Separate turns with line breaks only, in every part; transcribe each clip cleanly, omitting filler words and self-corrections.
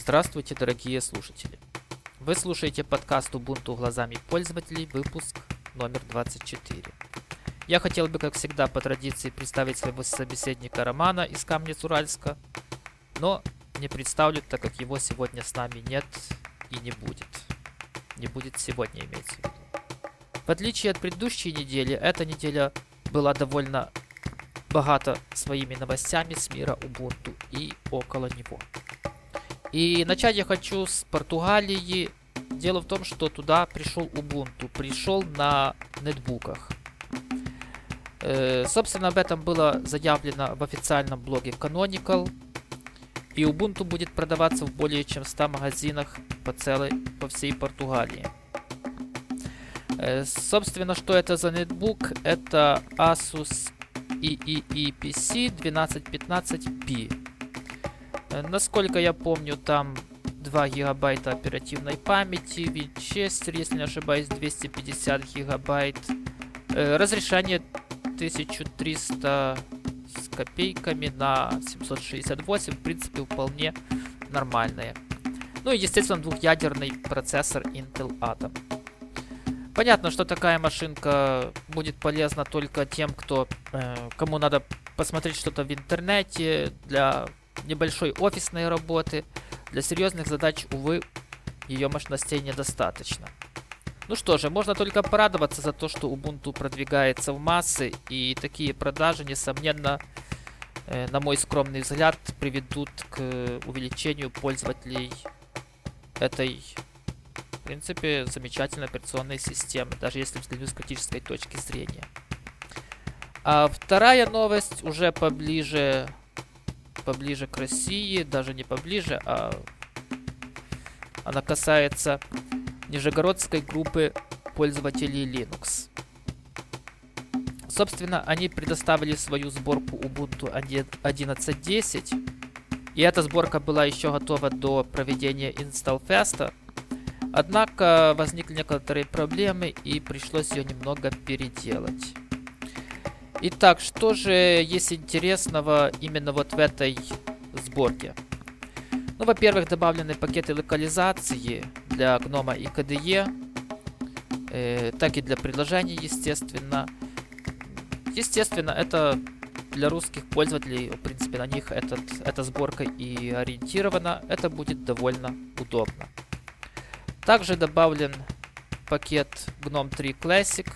Здравствуйте, дорогие слушатели! Вы слушаете подкаст Ubuntu глазами пользователей, выпуск номер 24. Я хотел бы, как всегда, по традиции представить своего собеседника Романа из Камнец-Уральска, но не представлю, так как его сегодня с нами нет и не будет. Не будет сегодня, имеется в виду. В отличие от предыдущей недели, эта неделя была довольно богата своими новостями с мира Ubuntu и около него. И начать я хочу с Португалии. Дело в том, что туда пришел Ubuntu, пришел на нетбуках. Собственно, об этом было заявлено в официальном блоге Canonical. И Ubuntu будет продаваться в более чем 100 магазинах по всей Португалии. Собственно, что это за нетбук? Это Asus EEE-PC 1215P. Насколько я помню, там 2 гигабайта оперативной памяти, Winchester, если не ошибаюсь, 250 гигабайт. Разрешение 1300 с копейками на 768, в принципе, вполне нормальное. Ну и, естественно, двухъядерный процессор Intel Atom. Понятно, что такая машинка будет полезна только тем, кому надо посмотреть что-то в интернете, для небольшой офисной работы. Для серьезных задач, увы, ее мощностей недостаточно. Ну что же, можно только порадоваться за то, что Ubuntu продвигается в массы, и такие продажи, несомненно, на мой скромный взгляд, приведут к увеличению пользователей этой, в принципе, замечательной операционной системы, даже если взглянуть с критической точки зрения. А вторая новость уже поближе к России, даже не поближе, а она касается нижегородской группы пользователей Linux. Собственно, они предоставили свою сборку Ubuntu 11.10, и эта сборка была еще готова до проведения InstallFest, однако возникли некоторые проблемы и пришлось ее немного переделать. Итак, что же есть интересного именно вот в этой сборке? Ну, во-первых, добавлены пакеты локализации для GNOME и KDE, так и для приложений, естественно. Естественно, это для русских пользователей, в принципе, на них эта сборка и ориентирована. Это будет довольно удобно. Также добавлен пакет GNOME 3 Classic.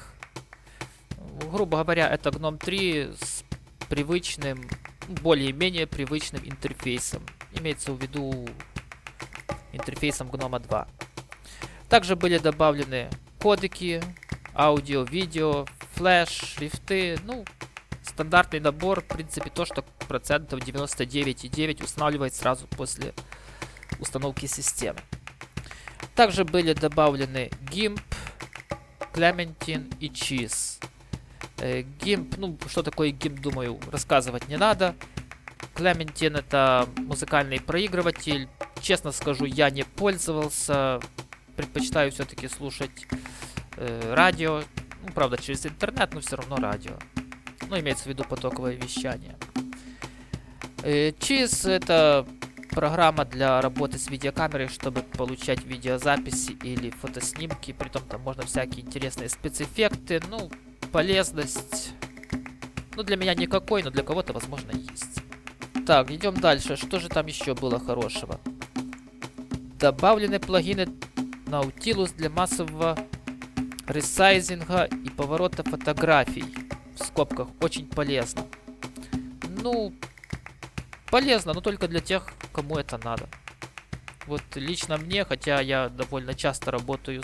Грубо говоря, это GNOME 3 с привычным, более-менее привычным интерфейсом. Имеется в виду интерфейсом GNOME 2. Также были добавлены кодеки, аудио, видео, флеш, шрифты. Ну, стандартный набор, в принципе, то, что процентов 99,9 устанавливает сразу после установки системы. Также были добавлены GIMP, Clementine и Cheese. GIMP, ну, что такое GIMP, думаю, рассказывать не надо. Clementine — это музыкальный проигрыватель. Честно скажу, я не пользовался. Предпочитаю все-таки слушать радио. Ну, правда, через интернет, но все равно радио. Ну, имеется в виду потоковое вещание. Cheese — это программа для работы с видеокамерой, чтобы получать видеозаписи или фотоснимки. Притом там можно всякие интересные спецэффекты. Ну, полезность, ну, для меня никакой, но для кого-то, возможно, есть. Так, идем дальше. Что же там еще было хорошего? Добавлены плагины Nautilus для массового ресайзинга и поворота фотографий. В скобках. Очень полезно. Ну, полезно, но только для тех, кому это надо. Вот лично мне, хотя я довольно часто работаю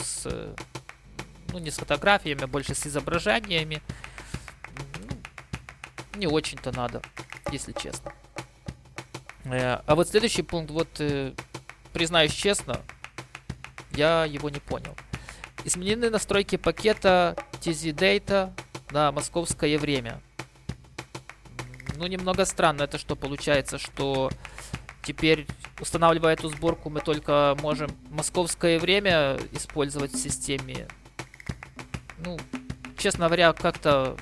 не с фотографиями, а больше с изображениями, не очень-то надо, если честно. А вот следующий пункт, признаюсь честно, я его не понял. Изменены настройки пакета TZ Data на московское время. Ну, немного странно. Это что получается, что теперь, устанавливая эту сборку, мы только можем московское время использовать в системе? Ну, честно говоря, как-то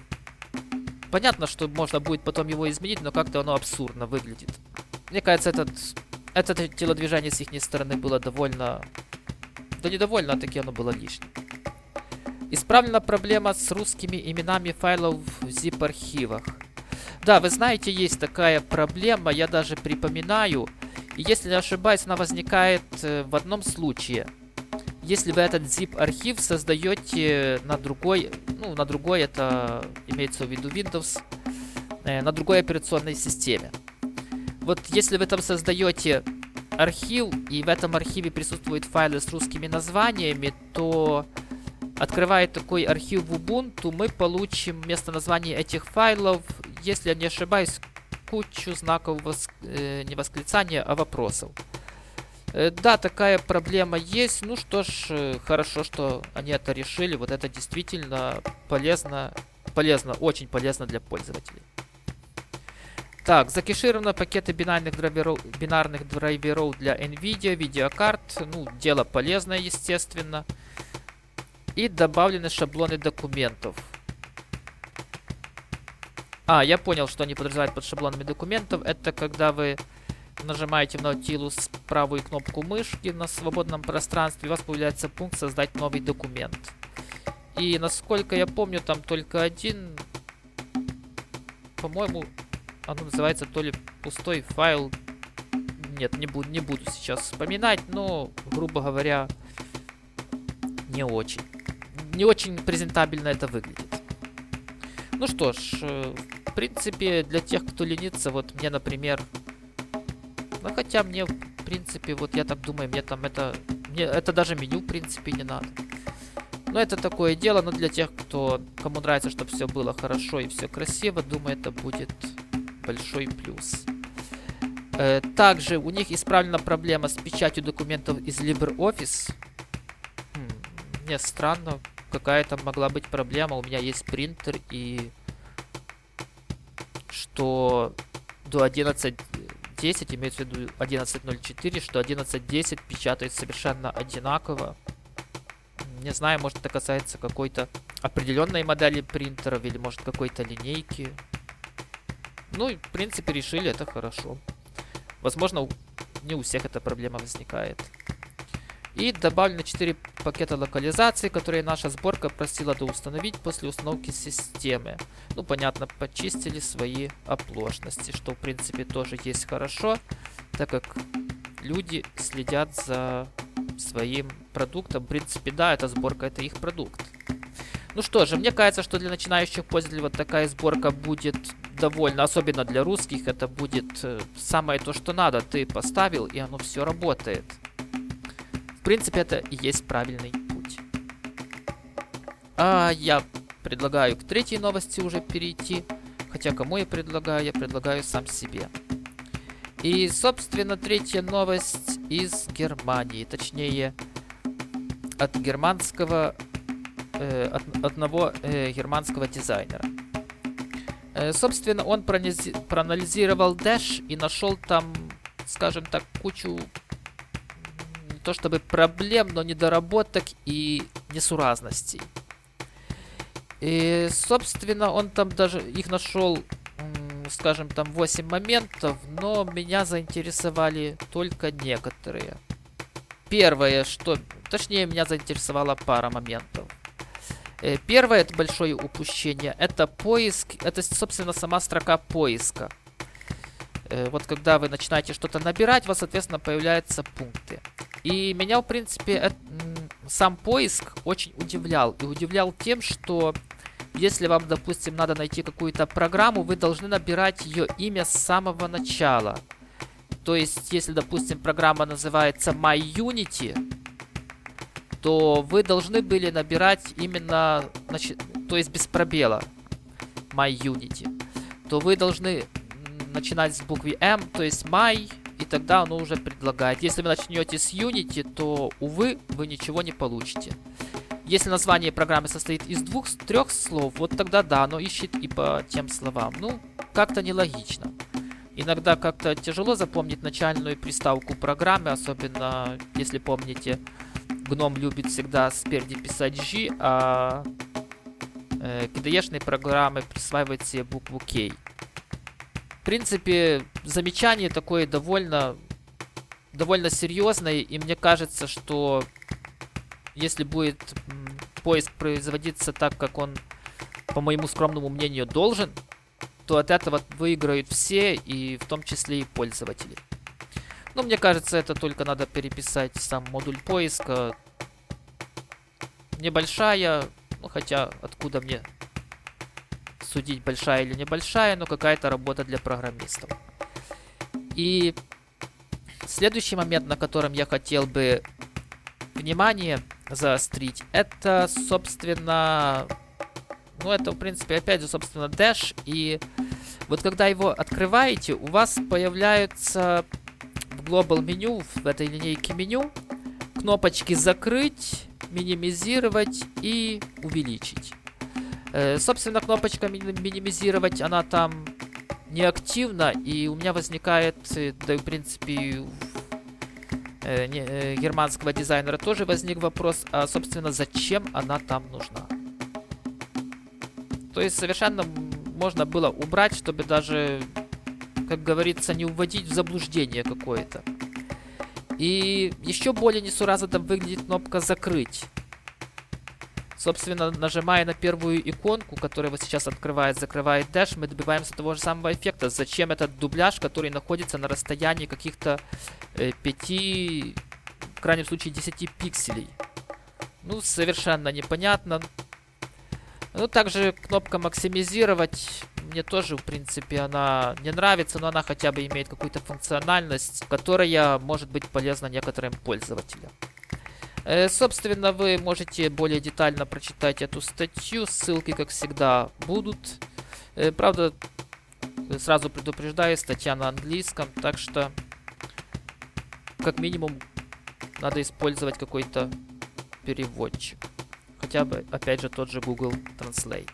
понятно, что можно будет потом его изменить, но как-то оно абсурдно выглядит. Мне кажется, это телодвижение с их стороны было довольно... Да недовольно, а таки оно было лишним. Исправлена проблема с русскими именами файлов в zip-архивах. Да, вы знаете, есть такая проблема, я даже припоминаю. И если не ошибаюсь, она возникает в одном случае. Если вы этот zip-архив создаете на другой, ну, на другой, это имеется в виду Windows, на другой операционной системе. Вот если вы там создаете архив, и в этом архиве присутствуют файлы с русскими названиями, то, открывая такой архив в Ubuntu, мы получим вместо названия этих файлов, если я не ошибаюсь, кучу знаков не восклицания, а вопросов. Да, такая проблема есть. Ну что ж, хорошо, что они это решили. Вот это действительно полезно, очень полезно для пользователей. Так, закешированы пакеты бинарных драйверов для NVIDIA, видеокарт. Ну, дело полезное, естественно. И добавлены шаблоны документов. Я понял, что они подразумевают под шаблонами документов. Это когда вы нажимаете в Nautilus правую кнопку мышки на свободном пространстве, у вас появляется пункт «Создать новый документ». И насколько я помню, там только один, по-моему, оно называется то ли пустой файл. Нет, не буду сейчас вспоминать, но, грубо говоря, не очень. Не очень презентабельно это выглядит. Ну что ж, в принципе, для тех, кто ленится, вот мне, например... Ну, хотя мне, в принципе, вот я так думаю, мне это даже меню, в принципе, не надо. Но это такое дело, но для тех, кому нравится, чтобы все было хорошо и все красиво, думаю, это будет большой плюс. Также у них исправлена проблема с печатью документов из LibreOffice. Мне странно, какая-то могла быть проблема. У меня есть принтер, и что до 11.10, имеется в виду 11.04, что 11.10 печатает совершенно одинаково. Не знаю, может это касается какой-то определенной модели принтеров или может какой-то линейки. Ну и в принципе решили, это хорошо. Возможно, не у всех эта проблема возникает. И добавлены 4 пакета локализации, которые наша сборка просила доустановить после установки системы. Ну, понятно, почистили свои оплошности, что в принципе тоже есть хорошо, так как люди следят за своим продуктом. В принципе, да, эта сборка — это их продукт. Ну что же, мне кажется, что для начинающих пользователей вот такая сборка будет довольно, особенно для русских, это будет самое то, что надо. Ты поставил, и оно все работает. В принципе, это и есть правильный путь. Я предлагаю к третьей новости уже перейти. Хотя кому я предлагаю? Я предлагаю сам себе. И, собственно, третья новость из Германии. Точнее, от одного германского дизайнера. Собственно, он проанализировал Dash и нашел там, скажем так, кучу не то чтобы проблем, но недоработок и несуразностей. И, собственно, он там даже их нашел, скажем, там 8 моментов, но меня заинтересовали только некоторые. Первое, точнее, меня заинтересовала пара моментов. Первое, это большое упущение, это поиск, это, собственно, сама строка поиска. Вот когда вы начинаете что-то набирать, у вас, соответственно, появляются пункты. И меня, в принципе, сам поиск очень удивлял. И удивлял тем, что если вам, допустим, надо найти какую-то программу, вы должны набирать ее имя с самого начала. То есть, если, допустим, программа называется MyUnity, то вы должны были набирать именно, то есть без пробела, MyUnity. То вы должны начинать с буквы M, то есть My, и тогда оно уже предлагает. Если вы начнете с Unity, то, увы, вы ничего не получите. Если название программы состоит из 2-3 слов, вот тогда да, оно ищет и по тем словам. Ну, как-то нелогично. Иногда как-то тяжело запомнить начальную приставку программы, особенно если помните, Гном любит всегда спереди писать G, а KDE-шные программы присваивают себе букву K. В принципе, замечание такое довольно довольно серьезной, и мне кажется, что если будет поиск производиться так, как он, по моему скромному мнению, должен, то от этого выиграют все, и в том числе и пользователи. Но мне кажется, это только надо переписать сам модуль поиска. Небольшая, ну хотя откуда мне судить, большая или небольшая, но какая-то работа для программистов. И следующий момент, на котором я хотел бы внимание заострить, это, собственно, ну это, в принципе, опять же, собственно, Dash. И вот когда его открываете, у вас появляются в Global меню, в этой линейке меню, кнопочки «Закрыть», «Минимизировать» и «Увеличить». Собственно, кнопочка «Минимизировать», она там неактивна, и у меня возникает, да и в принципе германского дизайнера тоже возник вопрос, а собственно зачем она там нужна. То есть совершенно можно было убрать, чтобы даже, как говорится, не уводить в заблуждение какое-то. И еще более несуразно выглядит кнопка «Закрыть». Собственно, нажимая на первую иконку, которая вот сейчас закрывает Dash, мы добиваемся того же самого эффекта. Зачем этот дубляж, который находится на расстоянии каких-то 5, в крайнем случае 10 пикселей? Ну, совершенно непонятно. Ну, также кнопка «Максимизировать» мне тоже, в принципе, она не нравится, но она хотя бы имеет какую-то функциональность, которая может быть полезна некоторым пользователям. Собственно, вы можете более детально прочитать эту статью, ссылки, как всегда, будут. Правда, сразу предупреждаю, статья на английском, так что, как минимум, надо использовать какой-то переводчик. Хотя бы, опять же, тот же Google Translate.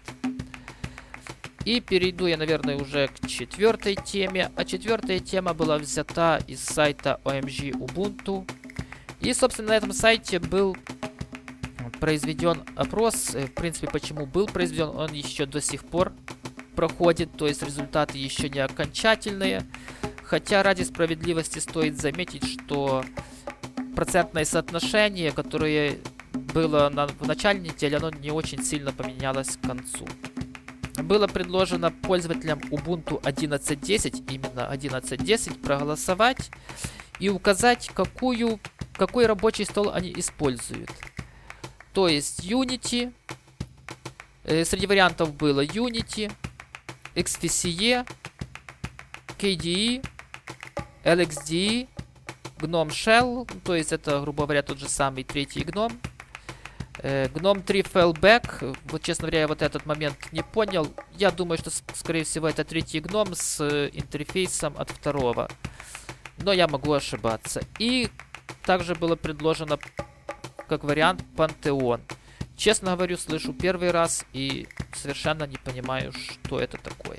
И перейду я, наверное, уже к четвертой теме. А четвертая тема была взята из сайта OMG Ubuntu. И, собственно, на этом сайте был произведен опрос. В принципе, почему был произведен, он еще до сих пор проходит. То есть результаты еще не окончательные. Хотя ради справедливости стоит заметить, что процентное соотношение, которое было в начале недели, оно не очень сильно поменялось к концу. Было предложено пользователям Ubuntu 11.10, именно 11.10, проголосовать и указать, какой рабочий стол они используют. То есть Unity, среди вариантов было Unity, XFCE, KDE, LXDE, GNOME Shell, то есть это, грубо говоря, тот же самый третий GNOME. GNOME 3 Fallback, вот честно говоря, я вот этот момент не понял. Я думаю, что, скорее всего, это третий GNOME с интерфейсом от второго. Но я могу ошибаться. И также было предложено как вариант Pantheon. Честно говорю, слышу первый раз и совершенно не понимаю, что это такое.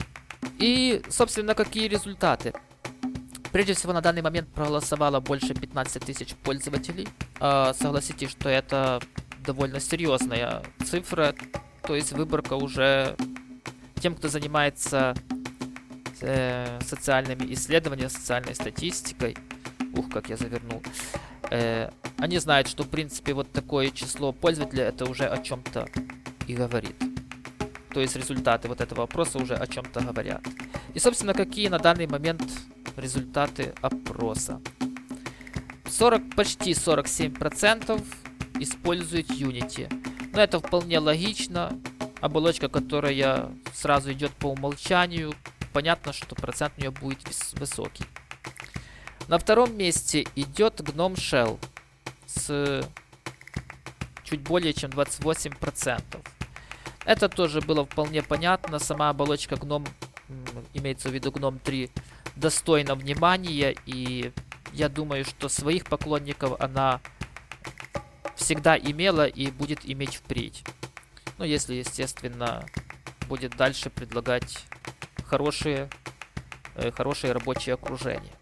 И, собственно, какие результаты? Прежде всего, на данный момент проголосовало больше 15 тысяч пользователей. Согласитесь, что это довольно серьезная цифра. То есть выборка уже тем, кто занимается социальными исследованиями, социальной статистикой. Ух, как я завернул. Они знают, что, в принципе, вот такое число пользователей, это уже о чем-то и говорит. То есть результаты вот этого опроса уже о чем-то говорят. И, собственно, какие на данный момент результаты опроса. Почти 47% используют Unity. Но это вполне логично. Оболочка, которая сразу идет по умолчанию. Понятно, что процент у нее будет высокий. На втором месте идет GNOME Shell с чуть более чем 28%. Это тоже было вполне понятно. Сама оболочка GNOME, имеется в виду GNOME 3, достойна внимания, и я думаю, что своих поклонников она всегда имела и будет иметь впредь. Ну, если, естественно, будет дальше предлагать хорошие рабочие окружения.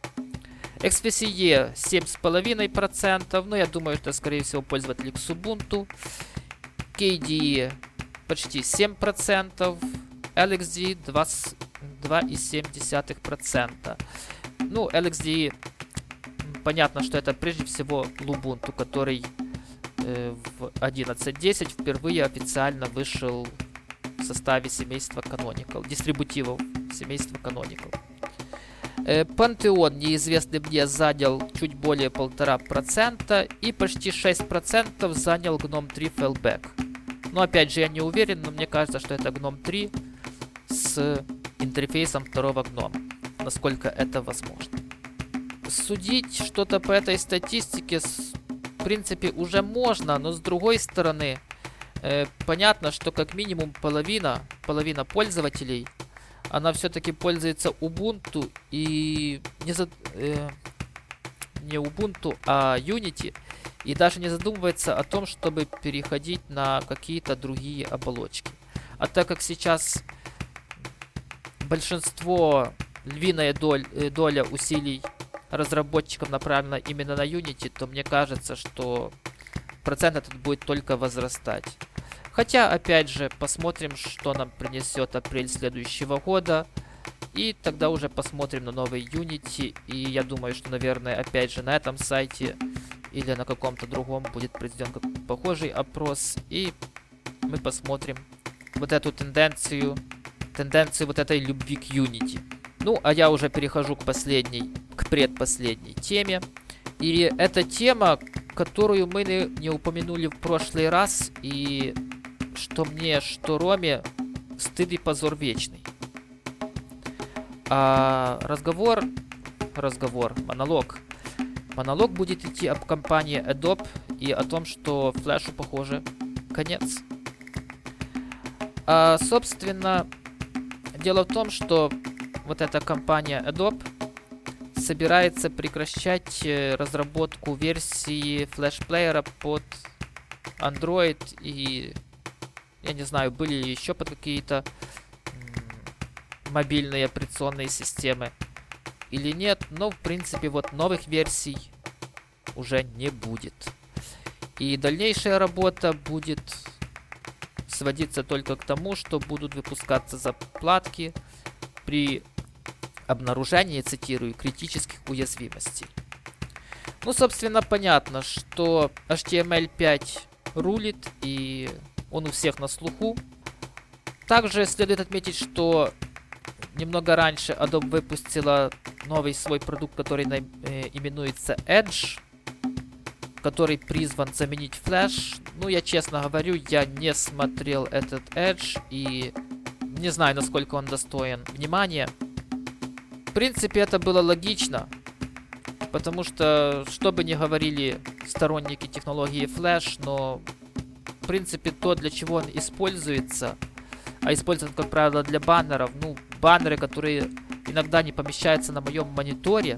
XFCE 7,5%, но я думаю, что, скорее всего, пользователи Ubuntu. KDE почти 7%, LXDE 2,7%. Ну, LXDE понятно, что это прежде всего Lubuntu, который в 11.10 впервые официально вышел в составе семейства Canonical, дистрибутивов семейства Canonical. Pantheon, неизвестный мне, занял чуть более 1,5%, и почти 6% занял GNOME 3 Fallback. Но опять же, я не уверен, но мне кажется, что это GNOME 3 с интерфейсом второго GNOME, насколько это возможно. Судить что-то по этой статистике, в принципе, уже можно, но с другой стороны, понятно, что как минимум половина пользователей, она все-таки пользуется Ubuntu и не Ubuntu, а Unity, и даже не задумывается о том, чтобы переходить на какие-то другие оболочки. А так как сейчас львиная доля усилий разработчиков направлена именно на Unity, то мне кажется, что процент этот будет только возрастать. Хотя, опять же, посмотрим, что нам принесет апрель следующего года. И тогда уже посмотрим на новый Unity. И я думаю, что, наверное, опять же на этом сайте или на каком-то другом будет произведен похожий опрос. И мы посмотрим вот эту тенденцию вот этой любви к Unity. Ну, а я уже перехожу к предпоследней теме. И это тема, которую мы не упомянули в прошлый раз, и что мне, что Роме, стыд и позор вечный. А монолог будет идти об компании Adobe и о том, что Флэшу, похоже, конец. Собственно, дело в том, что вот эта компания Adobe собирается прекращать разработку версии флеш-плеера под Android, и я не знаю, были ли еще под какие-то мобильные операционные системы или нет, но в принципе вот новых версий уже не будет. И дальнейшая работа будет сводиться только к тому, что будут выпускаться заплатки при обнаружении, цитирую, критических уязвимостей. Ну, собственно, понятно, что HTML5 рулит, и он у всех на слуху. Также следует отметить, что немного раньше Adobe выпустила новый свой продукт, который именуется Edge, который призван заменить Flash. Ну, я честно говорю, я не смотрел этот Edge и не знаю, насколько он достоин внимания. В принципе, это было логично, потому что, что бы ни говорили сторонники технологии Flash, но, в принципе, то, для чего он используется, а используется, как правило, для баннеров, ну, баннеры, которые иногда не помещаются на моем мониторе,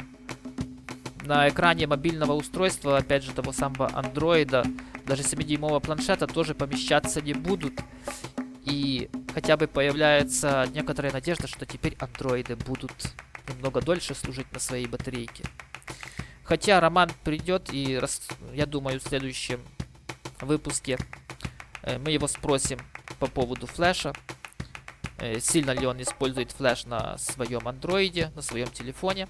на экране мобильного устройства, опять же, того самого андроида, даже 7-дюймового планшета тоже помещаться не будут. И хотя бы появляется некоторая надежда, что теперь андроиды будут немного дольше служить на своей батарейке. Хотя Роман придет, и я думаю, в следующем выпуске мы его спросим по поводу флеша. Сильно ли он использует флеш на своем андроиде, на своем телефоне.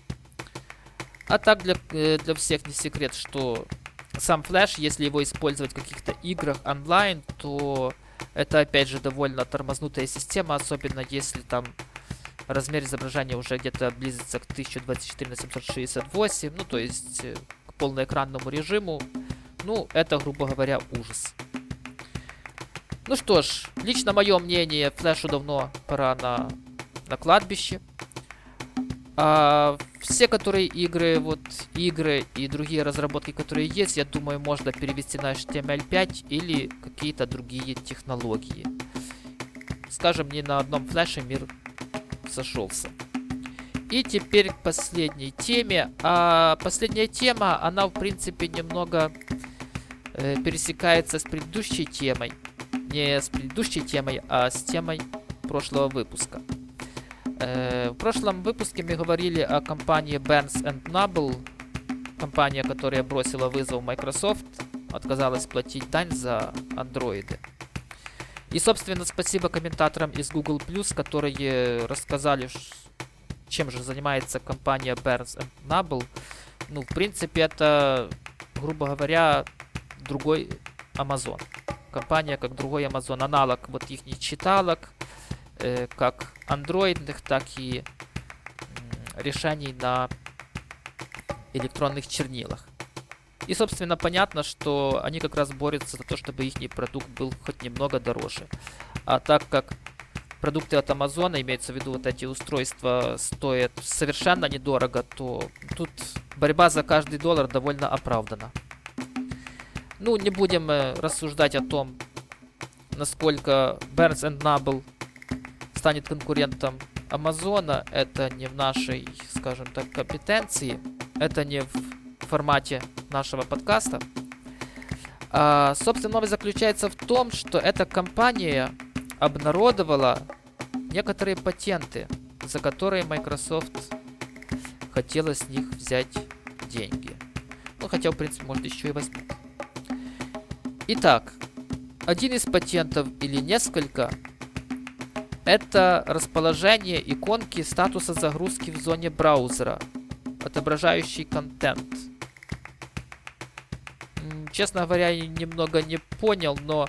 А так для всех не секрет, что сам флеш, если его использовать в каких-то играх онлайн, то это опять же довольно тормознутая система, особенно если там размер изображения уже где-то близится к 1024 на 768, ну то есть к полноэкранному режиму. Ну, это, грубо говоря, ужас. Ну что ж, лично мое мнение, флешу давно пора на кладбище. А все игры и другие разработки, которые есть, я думаю, можно перевести на HTML5 или какие-то другие технологии. Скажем, не на одном флеше мир сошелся. И теперь к последней теме. А последняя тема, она в принципе немного пересекается с предыдущей темой. Не с предыдущей темой, а с темой прошлого выпуска. В прошлом выпуске мы говорили о компании Barnes & Noble, компания, которая бросила вызов Microsoft, отказалась платить дань за андроиды. И, собственно, спасибо комментаторам из Google+, которые рассказали, чем же занимается компания Barnes & Noble. Ну, в принципе, это, грубо говоря, другой Amazon. Компания как другой Amazon, аналог вот их читалок, как андроидных, так и решений на электронных чернилах. И, собственно, понятно, что они как раз борются за то, чтобы их продукт был хоть немного дороже. А так как продукты от Amazon, имеется в виду вот эти устройства, стоят совершенно недорого, то тут борьба за каждый доллар довольно оправдана. Ну, не будем рассуждать о том, насколько Barnes & Noble станет конкурентом Амазона. Это не в нашей, скажем так, компетенции. Это не в формате нашего подкаста. Собственно, новость заключается в том, что эта компания обнародовала некоторые патенты, за которые Microsoft хотела с них взять деньги. Ну, хотя, в принципе, может, еще и возьмут. Итак, один из патентов или несколько — это расположение иконки статуса загрузки в зоне браузера, отображающий контент. Честно говоря, я немного не понял, но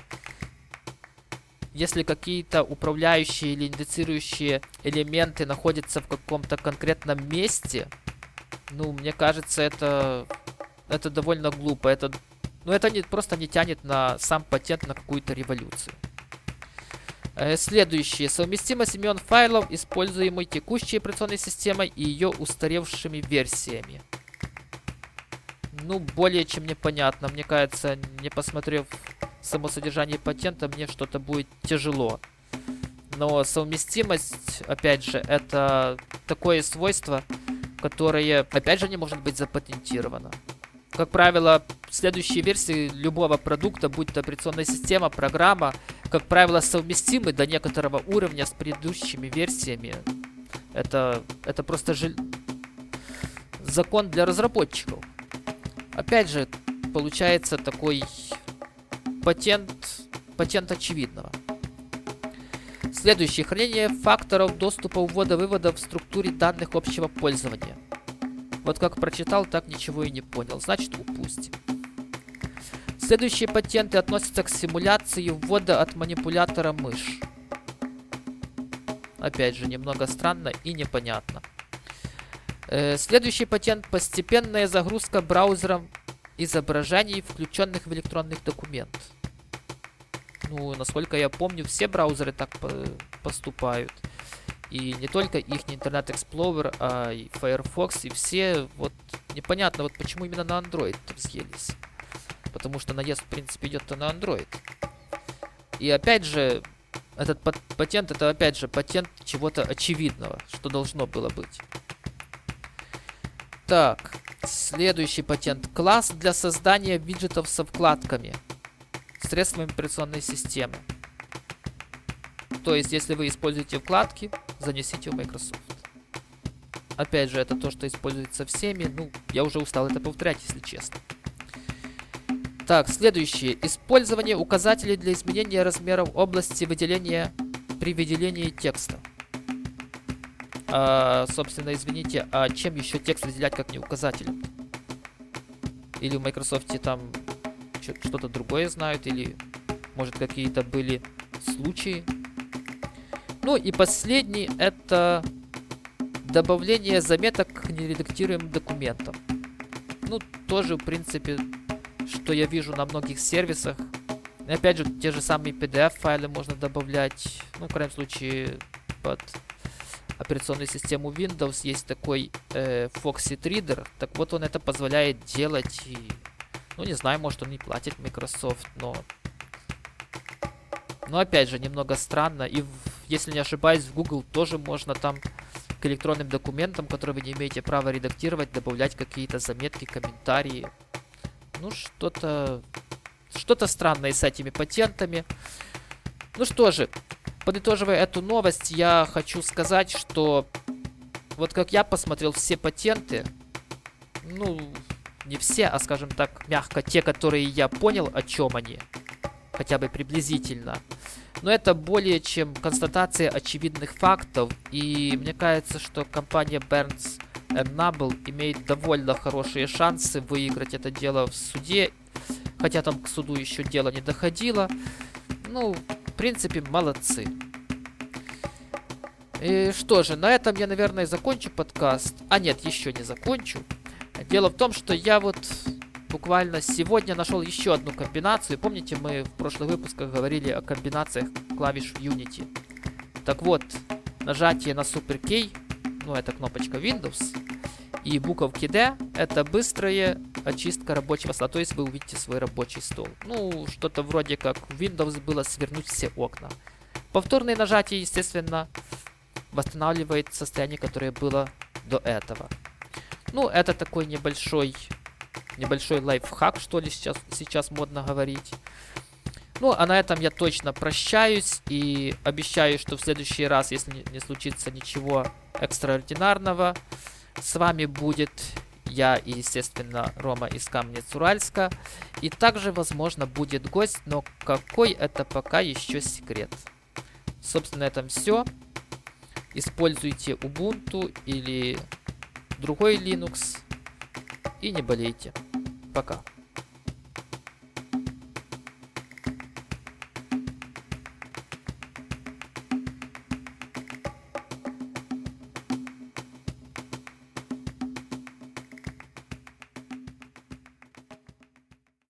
если какие-то управляющие или индицирующие элементы находятся в каком-то конкретном месте, ну, мне кажется, это довольно глупо. Это просто не тянет на сам патент на какую-то революцию. Следующее. Совместимость имен файлов, используемой текущей операционной системой и ее устаревшими версиями. Ну, более чем непонятно. Мне кажется, не посмотрев само содержание патента, мне что-то будет тяжело. Но совместимость, опять же, это такое свойство, которое, опять же, не может быть запатентировано. Как правило, следующие версии любого продукта, будь то операционная система, программа, как правило, совместимы до некоторого уровня с предыдущими версиями. Это просто закон для разработчиков. Опять же, получается такой патент очевидного. Следующее. Хранение факторов доступа ввода-вывода в структуре данных общего пользования. Вот как прочитал, так ничего и не понял. Значит, упустим. Следующие патенты относятся к симуляции ввода от манипулятора мышь. Опять же, немного странно и непонятно. Следующий патент — постепенная загрузка браузером изображений, включенных в электронный документ. Ну, насколько я помню, все браузеры так поступают. И не только их Internet Explorer, а и Firefox, и все, вот, непонятно, вот почему именно на Android взъелись. Потому что наезд, в принципе, идет-то на Android. И опять же, этот патент, это опять же патент чего-то очевидного, что должно было быть. Так, следующий патент. Класс для создания виджетов со вкладками, средствами операционной системы. То есть, если вы используете вкладки, занесите в Microsoft. Опять же, это то, что используется всеми. Ну, я уже устал это повторять, если честно. Так, следующее. Использование указателей для изменения размеров области выделения при выделении текста. Собственно, извините, а чем еще текст выделять, как не указателем? Или в Microsoft там что-то другое знают, или, может, какие-то были случаи? Ну и последний — это добавление заметок к нередактируемым документам. Ну, тоже, в принципе, что я вижу на многих сервисах. И опять же, те же самые PDF-файлы можно добавлять. Ну, в крайнем случае, под операционную систему Windows есть такой Foxit Reader. Так вот, он это позволяет делать. И, ну, не знаю, может, он не платит Microsoft, но опять же, немного странно. И, если не ошибаюсь, в Google тоже можно там к электронным документам, которые вы не имеете права редактировать, добавлять какие-то заметки, комментарии. Ну, что-то странное с этими патентами. Ну что же, подытоживая эту новость, я хочу сказать, что вот как я посмотрел все патенты, ну, не все, а, скажем так, мягко, те, которые я понял, о чем они, хотя бы приблизительно. Но это более чем констатация очевидных фактов, и мне кажется, что компания Barnes & Enable имеет довольно хорошие шансы выиграть это дело в суде. Хотя там к суду еще дело не доходило. Ну, в принципе, молодцы. И что же, на этом я, наверное, закончу подкаст. А нет, еще не закончу. Дело в том, что я вот буквально сегодня нашел еще одну комбинацию. Помните, мы в прошлых выпусках говорили о комбинациях клавиш в Unity. Так вот, нажатие на Super K, ну это кнопочка Windows, и буковки D, это быстрая очистка рабочего стола. То есть вы увидите свой рабочий стол. Ну, что-то вроде как в Windows было свернуть все окна. Повторные нажатия, естественно, восстанавливает состояние, которое было до этого. Ну, это такой небольшой лайфхак, что ли, сейчас модно говорить. Ну, а на этом я точно прощаюсь и обещаю, что в следующий раз, если не случится ничего экстраординарного, с вами будет я и, естественно, Рома из Каменец-Уральска. И также, возможно, будет гость, но какой — это пока еще секрет. Собственно, на этом все. Используйте Ubuntu или другой Linux и не болейте. Пока.